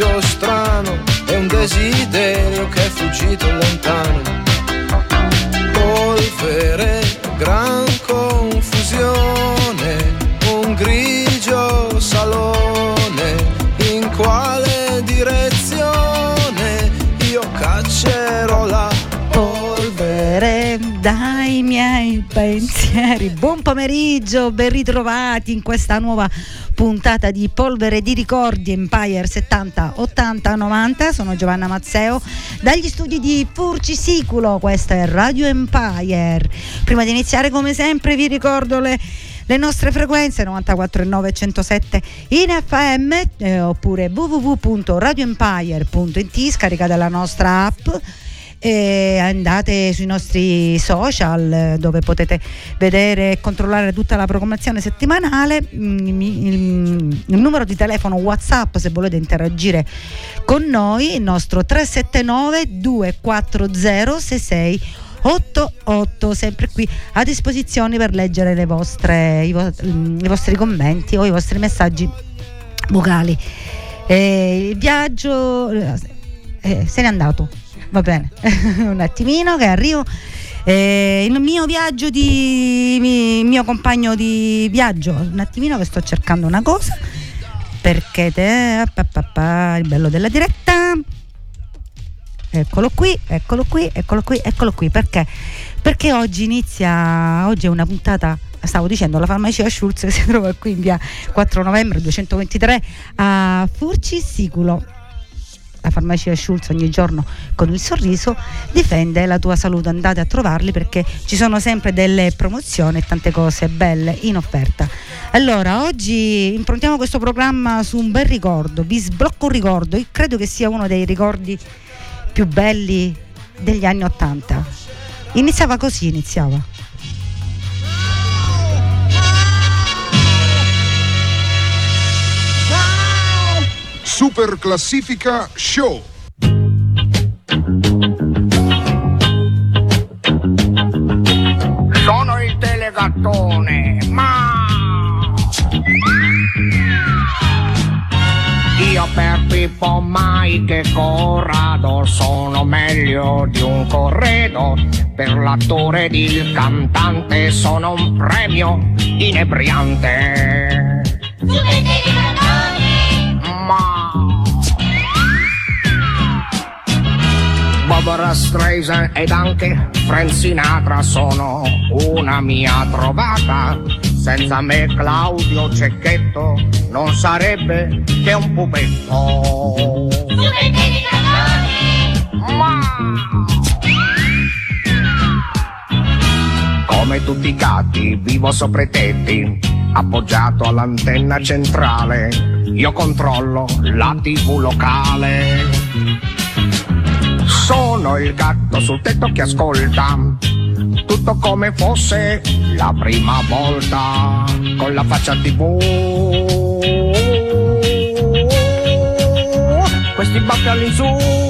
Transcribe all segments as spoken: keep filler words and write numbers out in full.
grigio strano, è un desiderio che è fuggito lontano. Polvere, gran confusione, un grigio salone, in quale direzione io caccerò la polvere dai miei pensieri. Buon pomeriggio, ben ritrovati in questa nuova puntata di Polvere di Ricordi Empire settanta, ottanta, novanta. Sono Giovanna Mazzeo dagli studi di Furcisicolo, questa è Radio Empire. Prima di iniziare, come sempre, vi ricordo le le nostre frequenze novantaquattro virgola nove e centosette in F M, eh, oppure w w w punto radio empire punto i t. Scaricate la nostra app e andate sui nostri social, dove potete vedere e controllare tutta la programmazione settimanale. Il, il, il numero di telefono WhatsApp, se volete interagire con noi, il nostro tre sette nove due quattro zero sei sei otto otto, sempre qui a disposizione per leggere le vostre, i, vo- i vostri commenti o i vostri messaggi vocali. Eh, il viaggio eh, se n'è andato, va bene. Un attimino che arrivo. Eh, il mio viaggio di mi, mio compagno di viaggio, un attimino che sto cercando una cosa, perché te, pa, pa, pa, il bello della diretta. Eccolo qui, eccolo qui, eccolo qui, eccolo qui. Perché? Perché oggi inizia, oggi è una puntata, stavo dicendo, la farmacia Schulz, che si trova qui in via quattro novembre duecentoventitré a Furcisicolo. La farmacia Schulz ogni giorno con il sorriso difende la tua salute. Andate a trovarli perché ci sono sempre delle promozioni e tante cose belle in offerta. Allora, oggi improntiamo questo programma su un bel ricordo, vi sblocco un ricordo. Io credo che sia uno dei ricordi più belli degli anni ottanta. Iniziava così, iniziava. Super Classifica Show. Sono il Telegattone, ma io per Pippo mai che Corrado sono meglio di un corredo. Per l'attore ed il cantante sono un premio inebriante. Ma Barbara Streisand ed anche Frank Sinatra sono una mia trovata. Senza me Claudio Cecchetto non sarebbe che un pupetto. Ma come tutti i gatti vivo sopra i tetti, appoggiato all'antenna centrale. Io controllo la tivù locale. Sono il gatto sul tetto che ascolta tutto come fosse la prima volta, con la faccia tivù, questi baffi all'insù,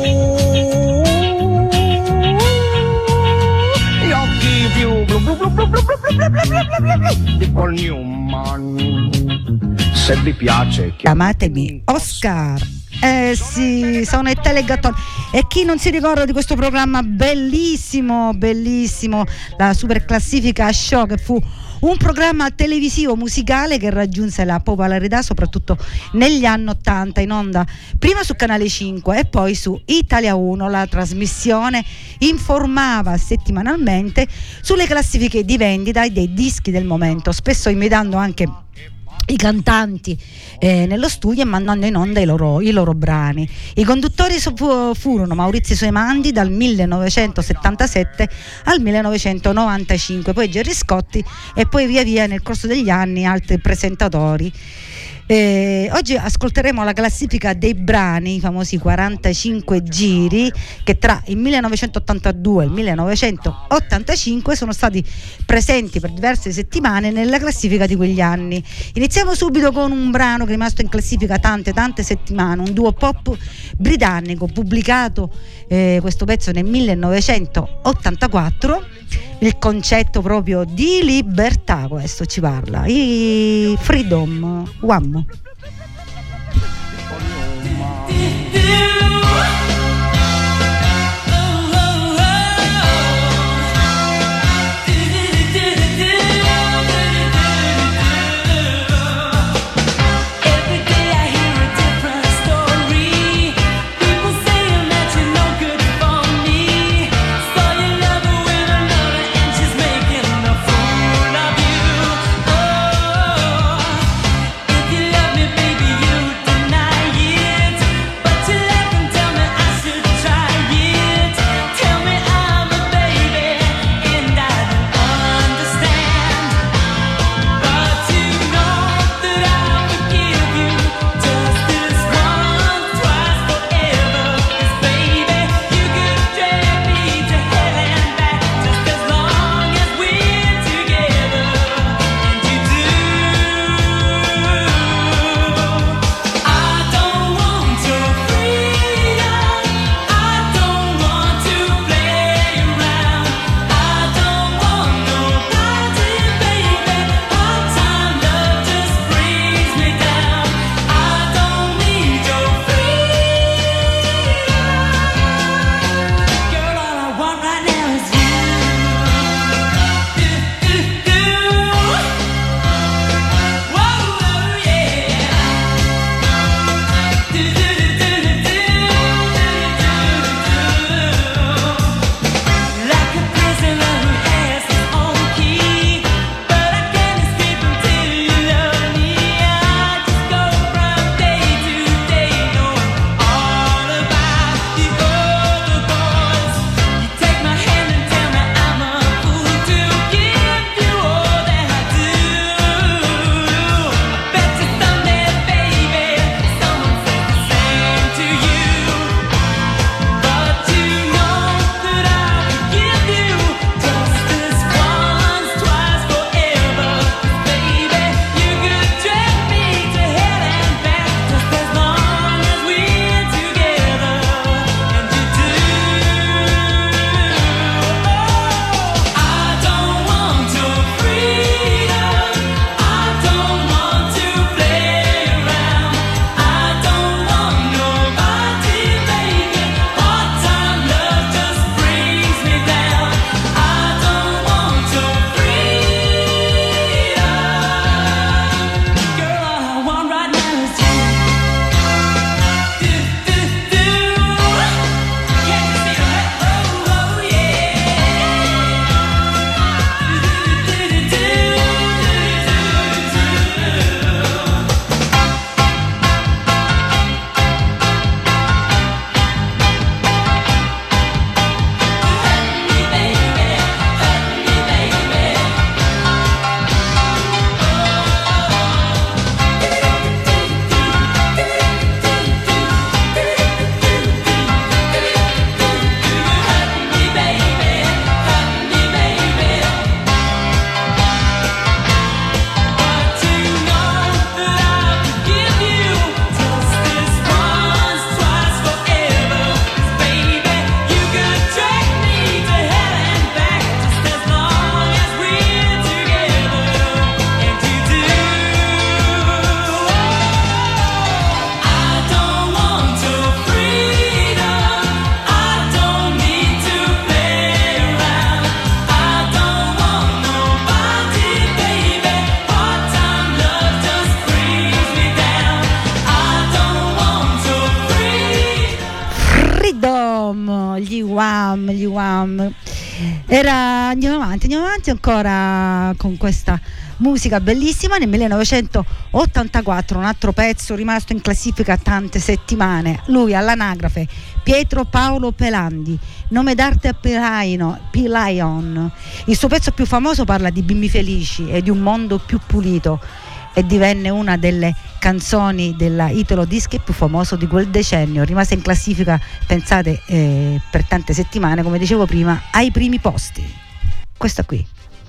gli occhi più blu blu blu blu blu blu blu blu blu blu di Paul Newman. Se vi piace chiamatemi Oscar. Eh sì, sono il Telegattone. E chi non si ricorda di questo programma bellissimo, bellissimo, la Super Classifica Show, che fu un programma televisivo musicale che raggiunse la popolarità soprattutto negli anni ottanta, in onda prima su Canale cinque e poi su Italia uno. La trasmissione informava settimanalmente sulle classifiche di vendita dei dischi del momento, spesso imitando anche i cantanti eh, nello studio e mandando in onda i loro, i loro brani. I conduttori furono Maurizio Soimandi dal millenovecentosettantasette al millenovecentonovantacinque, poi Gerry Scotti e poi via via nel corso degli anni altri presentatori. Eh, oggi ascolteremo la classifica dei brani, i famosi quarantacinque giri, che tra il millenovecentottantadue e il millenovecentottantacinque sono stati presenti per diverse settimane nella classifica di quegli anni. Iniziamo subito con un brano che è rimasto in classifica tante tante settimane, un duo pop britannico pubblicato eh, questo pezzo nel millenovecentottantaquattro. Il concetto proprio di libertà, questo ci parla, i Freedom One. Era, andiamo avanti, andiamo avanti ancora con questa musica bellissima. Nel millenovecentottantaquattro un altro pezzo rimasto in classifica tante settimane, lui all'anagrafe Pietro Paolo Pelandi, nome d'arte a P-Lion. Il suo pezzo più famoso parla di bimbi felici e di un mondo più pulito e divenne una delle canzoni della Italo Dischi più famoso di quel decennio, rimase in classifica, pensate, eh, per tante settimane, come dicevo prima, ai primi posti. Questa qui.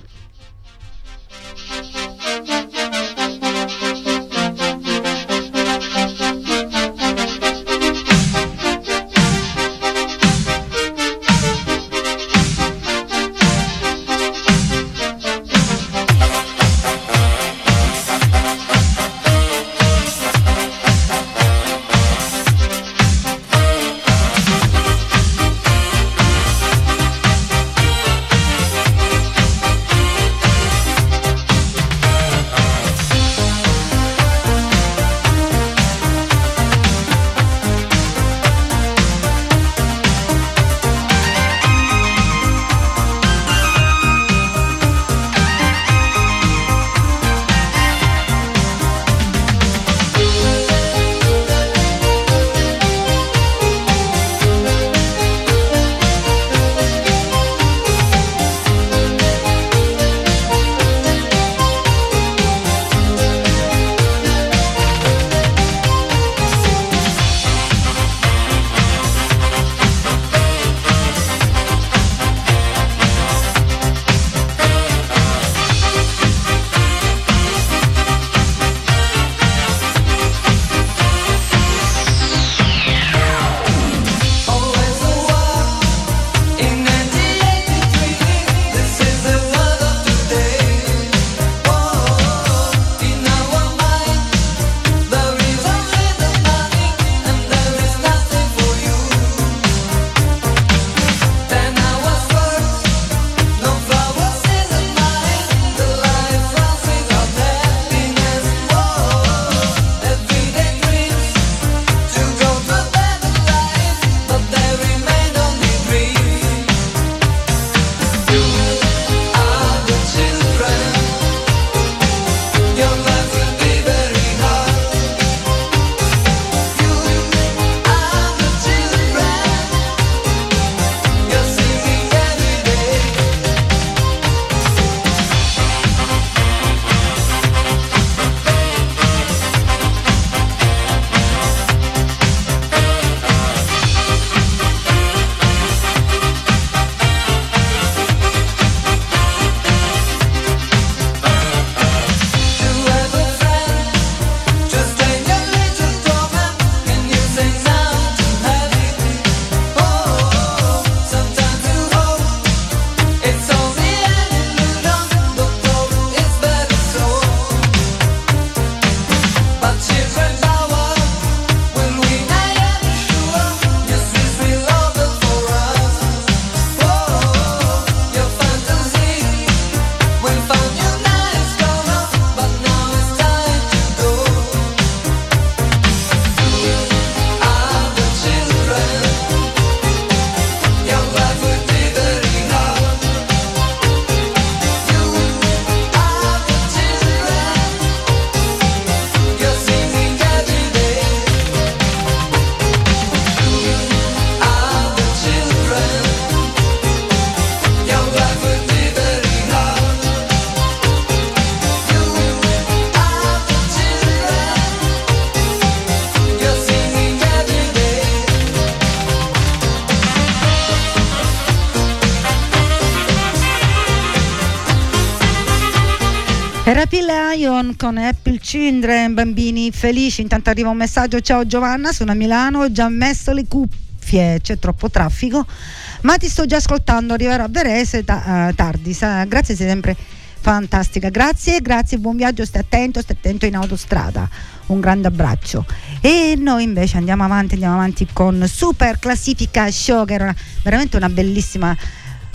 Era P-Lion con Apple Children, bambini felici. Intanto arriva un messaggio: ciao Giovanna, sono a Milano, ho già messo le cuffie, c'è troppo traffico, ma ti sto già ascoltando, arriverò a Varese ta- uh, tardi. Sa- grazie, sei sempre fantastica, grazie, grazie, buon viaggio, stai attento, stai attento in autostrada, un grande abbraccio. E noi invece andiamo avanti, andiamo avanti con Super Classifica Show, che era veramente una bellissima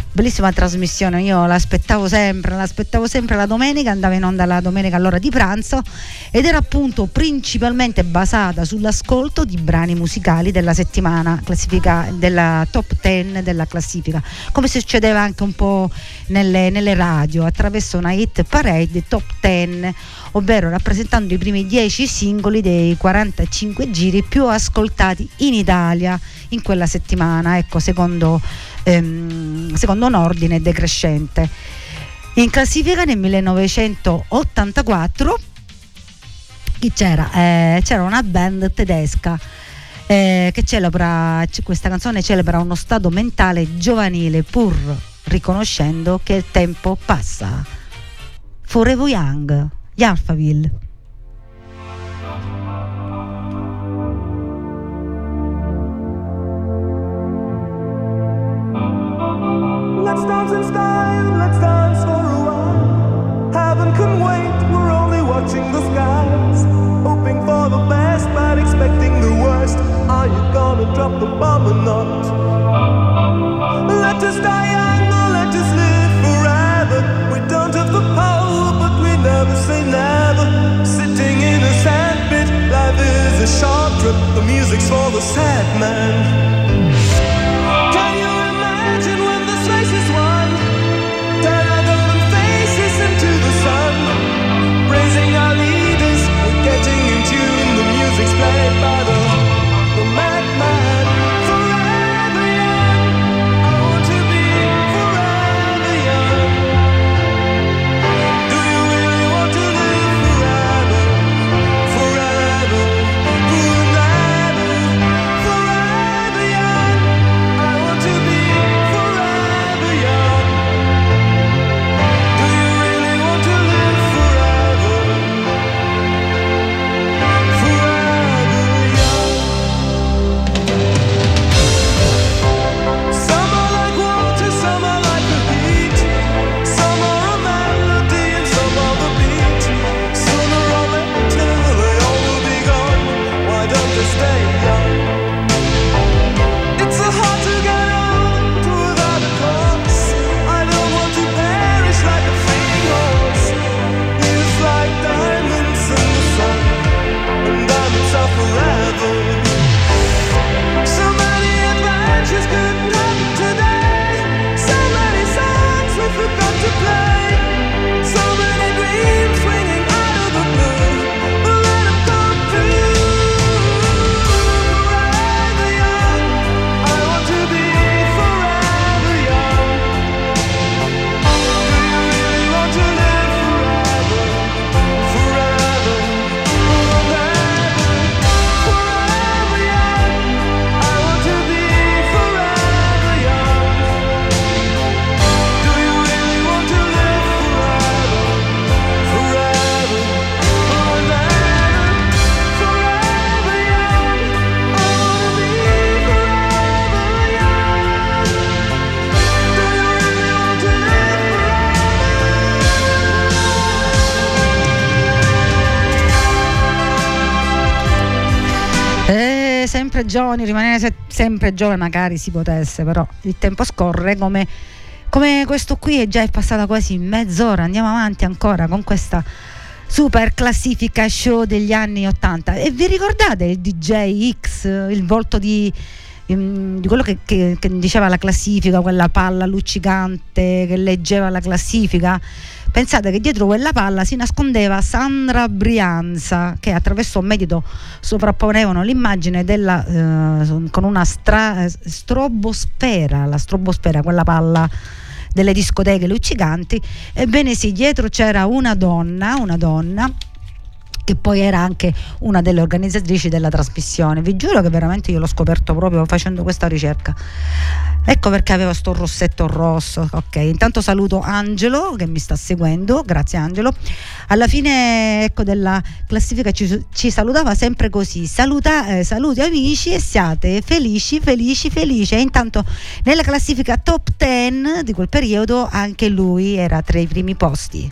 bellissima trasmissione, io l'aspettavo sempre, l'aspettavo sempre la domenica, andava in onda la domenica all'ora di pranzo ed era appunto principalmente basata sull'ascolto di brani musicali della settimana, classifica della top dieci della classifica, come succedeva anche un po' nelle, nelle radio, attraverso una hit parade top dieci, ovvero rappresentando i primi dieci singoli dei quarantacinque giri più ascoltati in Italia in quella settimana, ecco, secondo, ehm, secondo un ordine decrescente. In classifica nel millenovecentottantaquattro chi c'era? Eh, c'era una band tedesca eh, che celebra, questa canzone celebra uno stato mentale giovanile pur riconoscendo che il tempo passa. Forever Young, gli Alphaville. Let's dance in style, let's dance for a while. Heaven can wait, we're only watching the skies. Hoping for the best, but expecting the worst. Are you gonna drop the bomb or not? Let us die young or let us live forever. We don't have the power, but we never say never. Sitting in a sandpit, life is a short trip. The music's for the sad man. Music's played by the, the madman. Forever young, I want to be forever young. Do you really want to live forever? Forever, forever, forever young. I want to be forever young. Do you really want to live forever? Sempre giovani, rimanere se- sempre giovane magari si potesse, però il tempo scorre come, come questo qui è già è passata quasi mezz'ora. Andiamo avanti ancora con questa super classifica show degli anni ottanta. E vi ricordate il D J X, il volto di, di quello che, che, che diceva la classifica, quella palla luccicante che leggeva la classifica? Pensate che dietro quella palla si nascondeva Sandra Brianza, che attraverso un medito sovrapponevano l'immagine della eh, con una stra- strobosfera, la strobosfera, quella palla delle discoteche luccicanti. Ebbene sì, dietro c'era una donna, una donna che poi era anche una delle organizzatrici della trasmissione. Vi giuro che veramente io l'ho scoperto proprio facendo questa ricerca. Ecco perché aveva sto rossetto rosso. Ok, intanto saluto Angelo che mi sta seguendo, grazie Angelo. Alla fine, ecco, della classifica ci, ci salutava sempre così: saluta, eh, saluti amici e siate felici, felici, felici. E intanto nella classifica top dieci di quel periodo anche lui era tra i primi posti.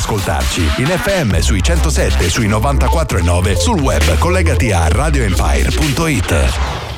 ascoltarci in F M sui centosette e sui novantaquattro e nove, sul web collegati a radio empire punto it.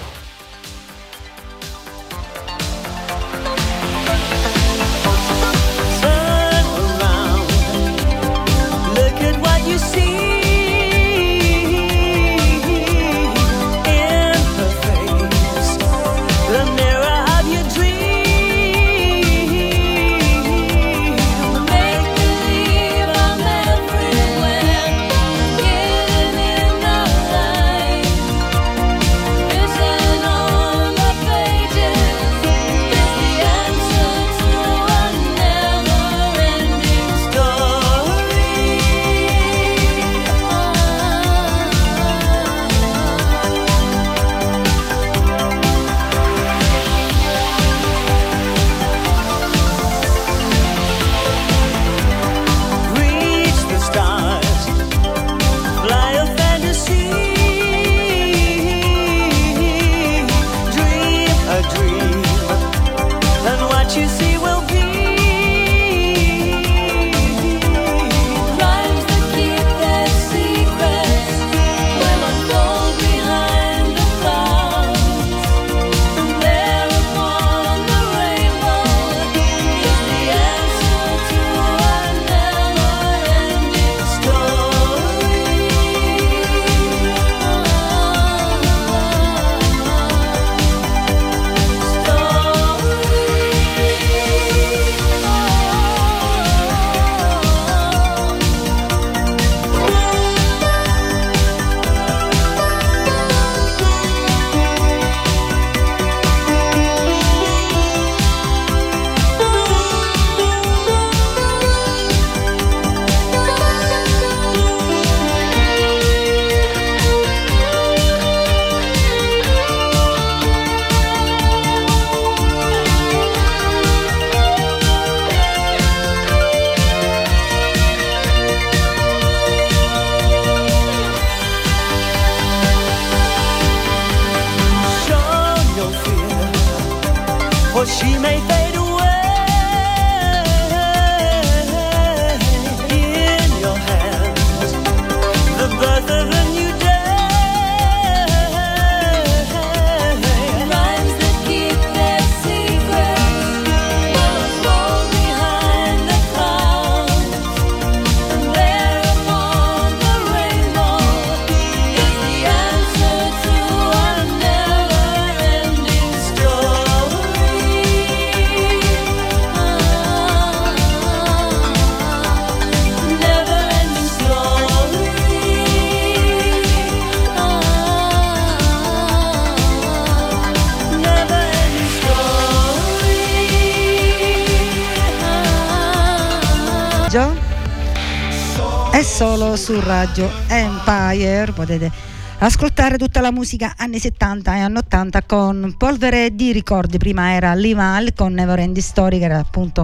È solo su Radio Empire, potete ascoltare tutta la musica anni settanta e anni ottanta con Polvere di ricordi. Prima era Limal con Never Ending Story, che era appunto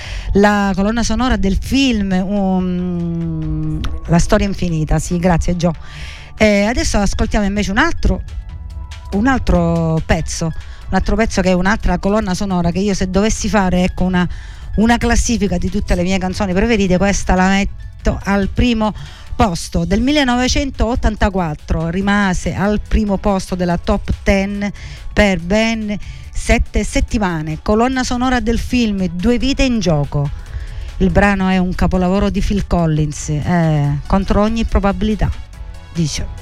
la colonna sonora del film um, La storia infinita. Sì, grazie Gio. E adesso ascoltiamo invece un altro un altro pezzo, un altro pezzo che è un'altra colonna sonora che io, se dovessi fare ecco una, una classifica di tutte le mie canzoni preferite, questa la metto al primo posto. Del millenovecentottantaquattro rimase al primo posto della top dieci per ben sette settimane. Colonna sonora del film Due vite in gioco. Il brano è un capolavoro di Phil Collins, eh, contro ogni probabilità, dice.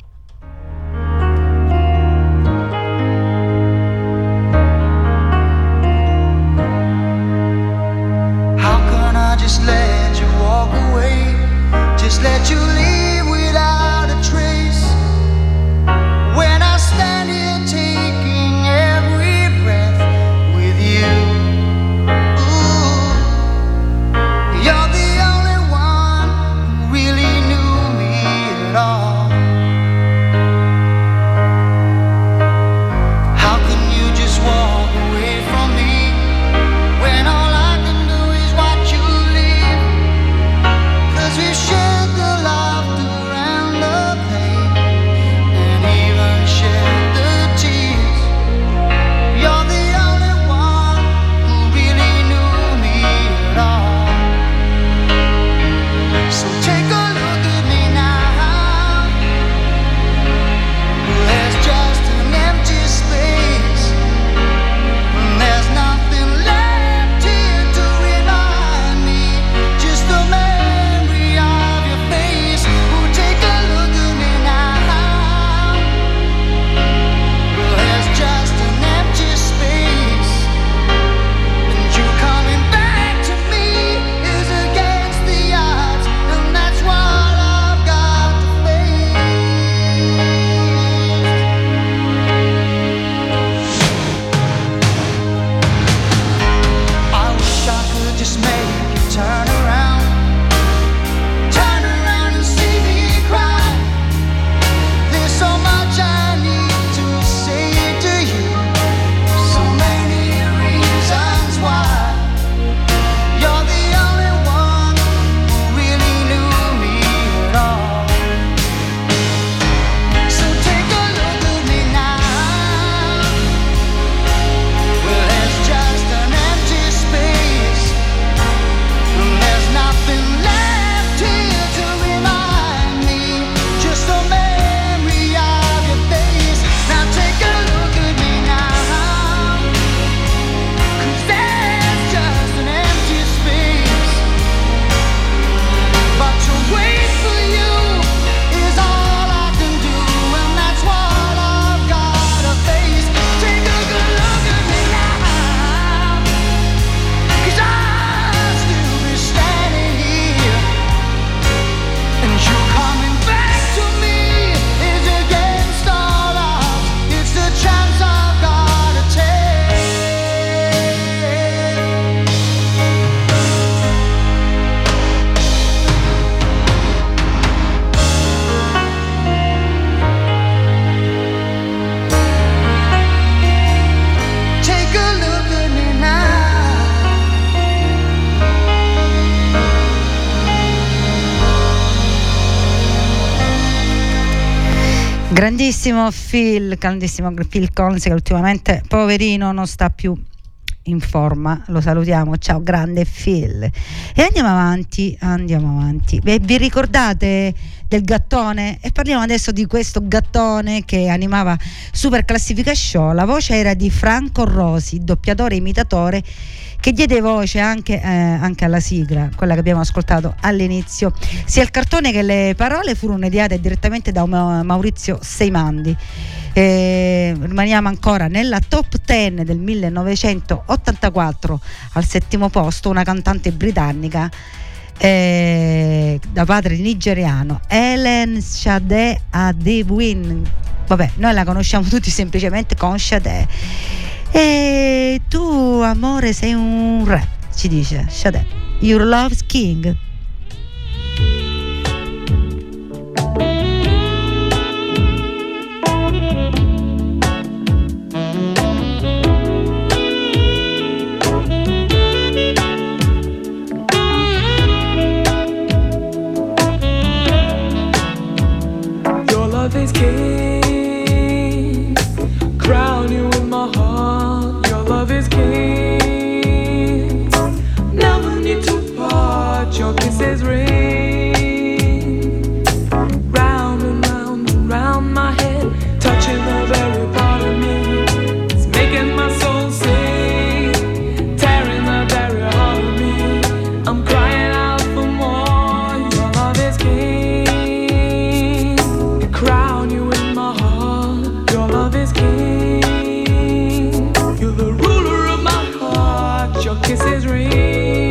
Just let you walk away, just let you leave without a trace. When I stand here taking every breath with you, ooh, you're the only one who really knew me at all. Grandissimo Phil, grandissimo Phil Collins, che ultimamente poverino non sta più in forma, lo salutiamo, ciao grande Phil. E andiamo avanti, andiamo avanti. Beh, vi ricordate del gattone? E parliamo adesso di questo gattone che animava Super Classifica Show. La voce era di Franco Rosi, doppiatore e imitatore, che diede voce anche, eh, anche alla sigla, quella che abbiamo ascoltato all'inizio. Sia il cartone che le parole furono ideate direttamente da Maurizio Seimandi. Eh, rimaniamo ancora nella top dieci del millenovecentottantaquattro, al settimo posto una cantante britannica eh, da padre nigeriano, Helen Sade Adewin. Vabbè, noi la conosciamo tutti semplicemente con Sade. E tu amore sei un re, ci dice Sade, Your Love's King. Your love is king, crown you in my heart. Your love is king, never need to part. Your kisses ring, round and round and round my head, touching the very part of me. It's making my soul sing, tearing the very heart of me. I'm crying out for more. Your love is king, crown you in my heart. Your love is king, you're the ruler of my heart. Your kisses ring,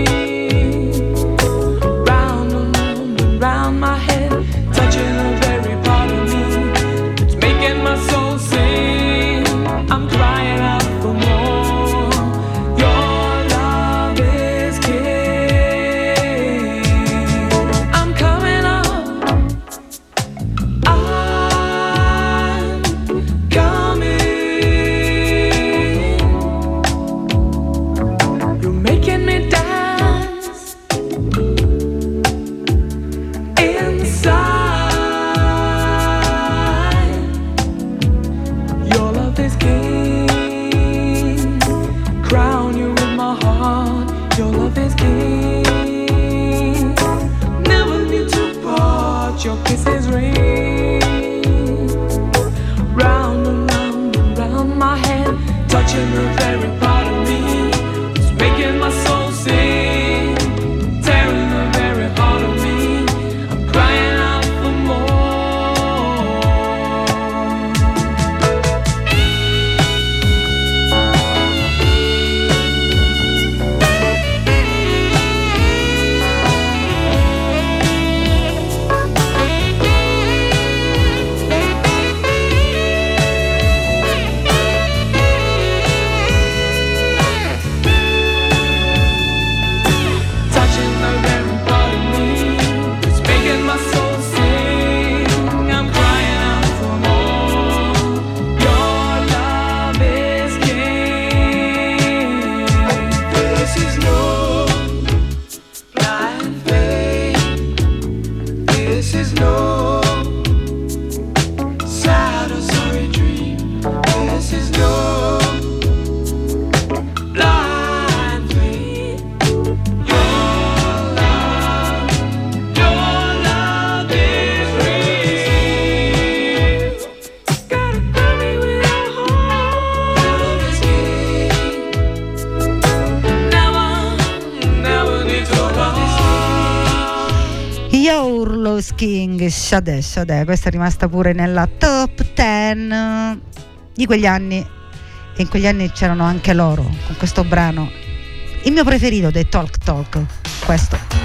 round and round and round my head, touching the very part of me. It's making my soul sing, I'm crying out for more. Your love is king, I'm coming up, I'm coming. You're making me dance inside. Your love is king, crown you in my heart. Your love is king, never need to part. Your kisses ring, round and round and round my head, touching the very part of me. It's making my soul sing, tearing the very heart of me. I'm crying out for more. Touching the very part of me, it's making my soul sing. I'm crying out for more. Your love is king. This is no blind faith. This is no sad or sorry dream. This is no blind faith. Your love, your love is real. Gotta come me with a heart. Love is king, never, never need to part. Your Love's King, Sade, Sade, questa è rimasta pure nella top dieci di quegli anni, e in quegli anni c'erano anche loro con questo brano, il mio preferito dei Talk Talk, questo.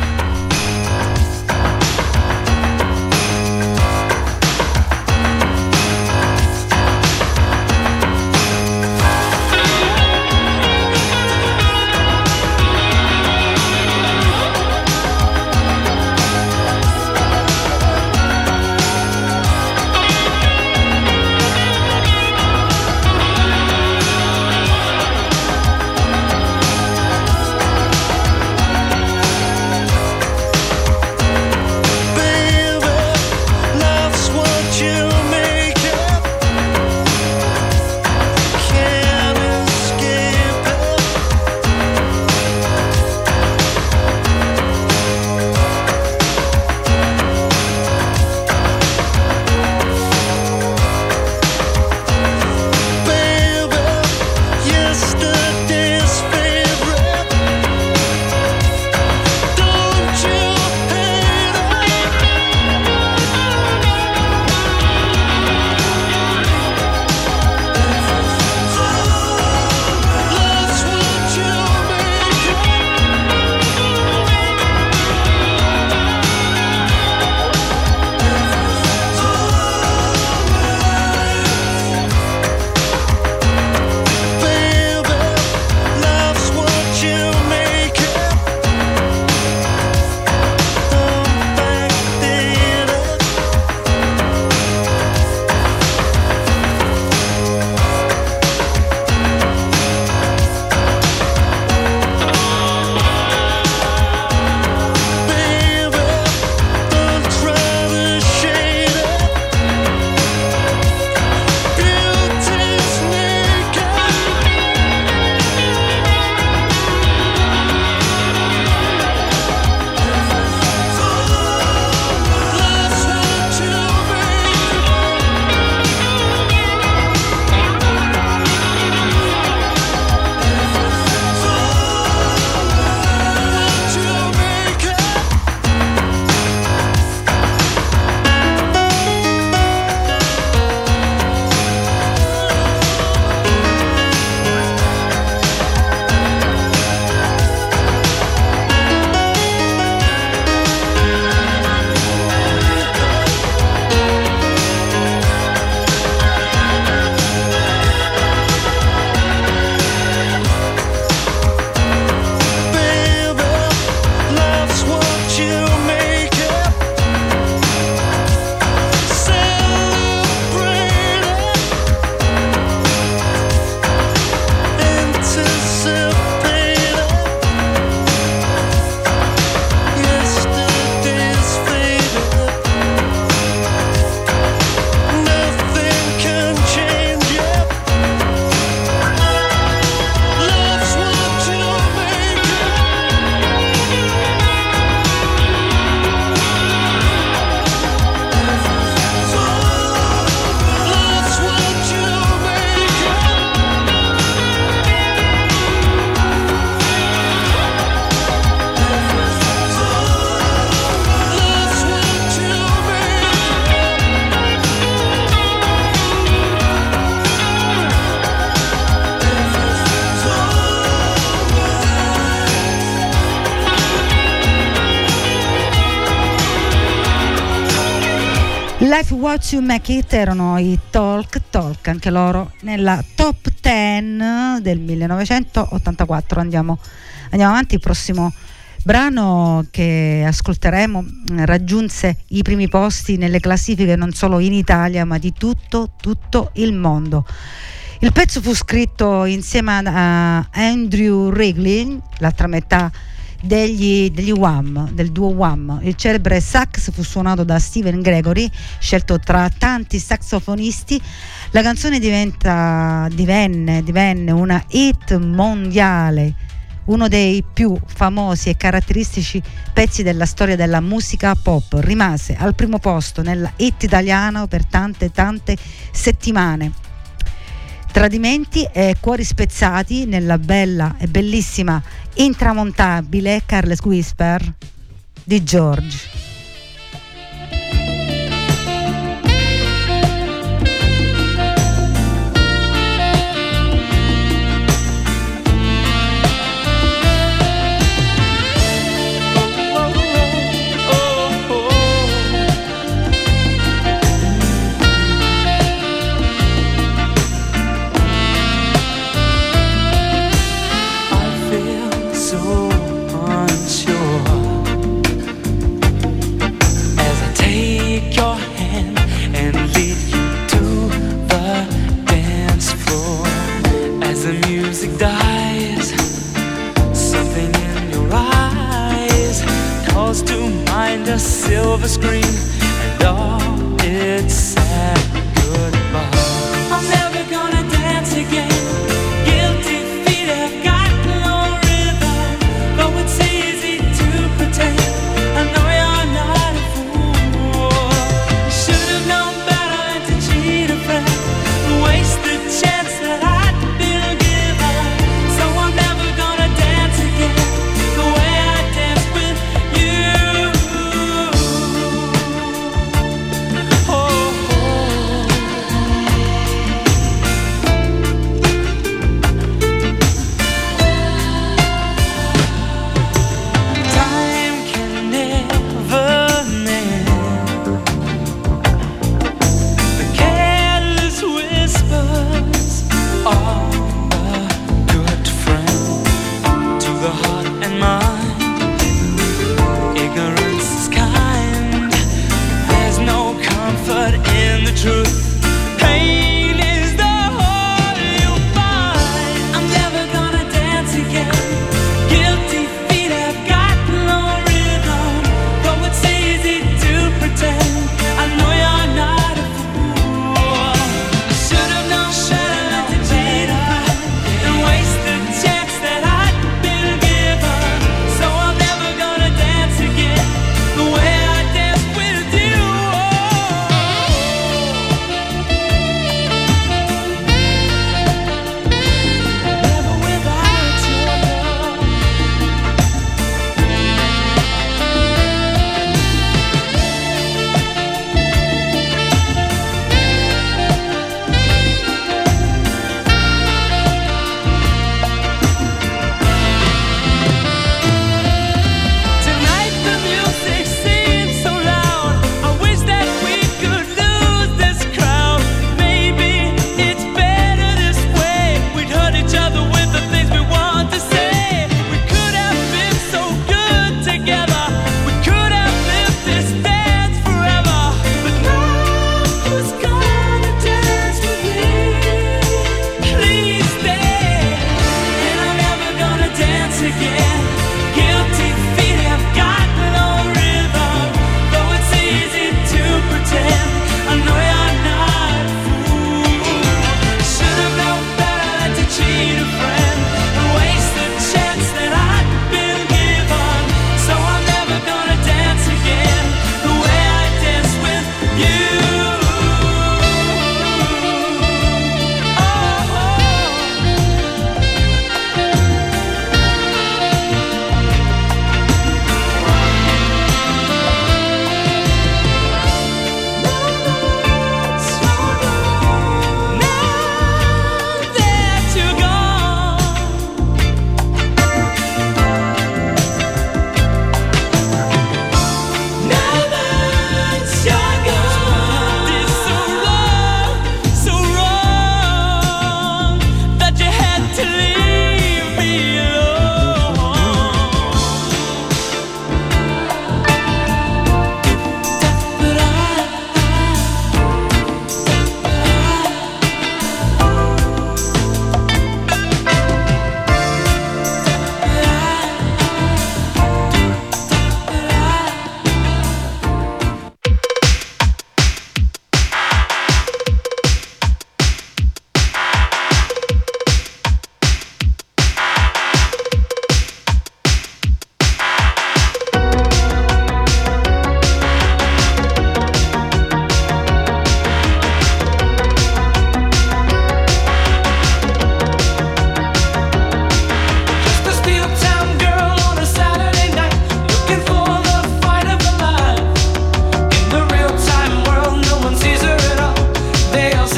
Life What You Make It erano i Talk Talk, anche loro nella top dieci del millenovecentottantaquattro. Andiamo, andiamo avanti. Il prossimo brano che ascolteremo raggiunse i primi posti nelle classifiche non solo in Italia ma di tutto tutto il mondo. Il pezzo fu scritto insieme a Andrew Wrigley, l'altra metà degli, degli Wham, del duo Wham. Il celebre sax fu suonato da Steven Gregory, scelto tra tanti saxofonisti. La canzone diventa, divenne, divenne una hit mondiale, uno dei più famosi e caratteristici pezzi della storia della musica pop. Rimase al primo posto nella hit italiana per tante tante settimane. Tradimenti e cuori spezzati nella bella e bellissima intramontabile Careless Whisper di George. So unsure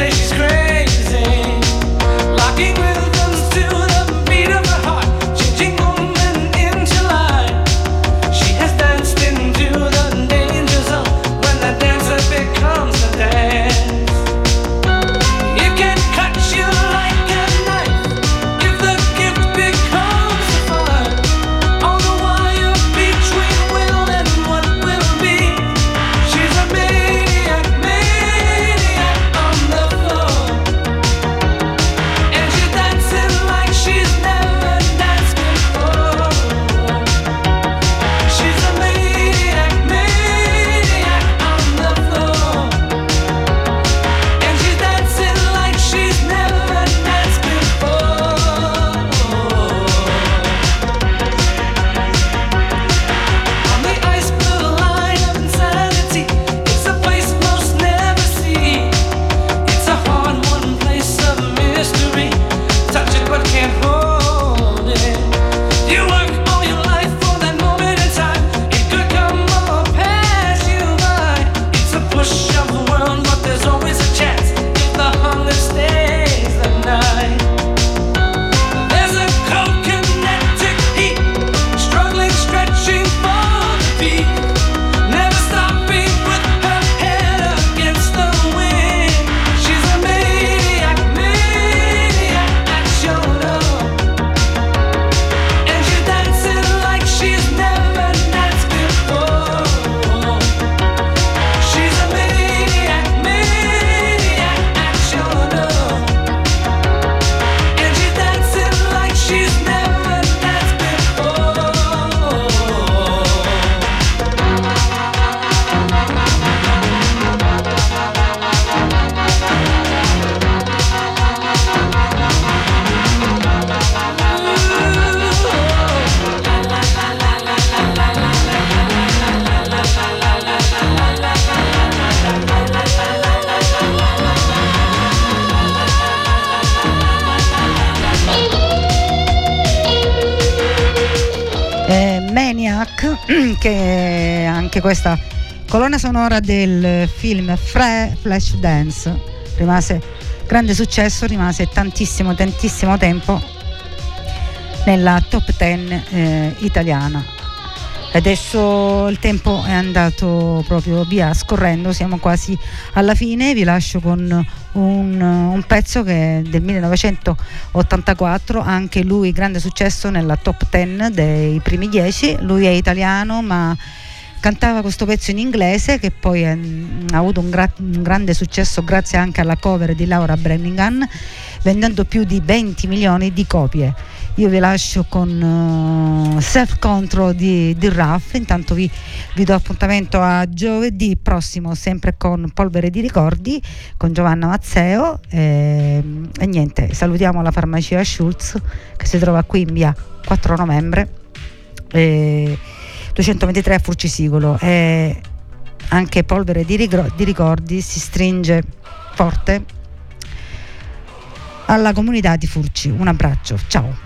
che è anche questa colonna sonora del film Fra- Flashdance, rimase grande successo, rimase tantissimo tantissimo tempo nella top dieci eh, italiana. Adesso il tempo è andato proprio via scorrendo, siamo quasi alla fine. Vi lascio con un, un pezzo che è del millenovecentottantaquattro, anche lui grande successo nella top dieci dei primi dieci. Lui è italiano ma cantava questo pezzo in inglese, che poi è, ha avuto un, gra- un grande successo grazie anche alla cover di Laura Branigan, vendendo più di venti milioni di copie. Io vi lascio con uh, Self Control di, di Ruff. Intanto vi, vi do appuntamento a giovedì prossimo, sempre con Polvere di Ricordi, con Giovanna Mazzeo. E, e niente, salutiamo la farmacia Schulz, che si trova qui in via quattro novembre e duecentoventitré a Furcisicolo. E anche Polvere di, Rigro- di Ricordi si stringe forte alla comunità di Furci. Un abbraccio, ciao.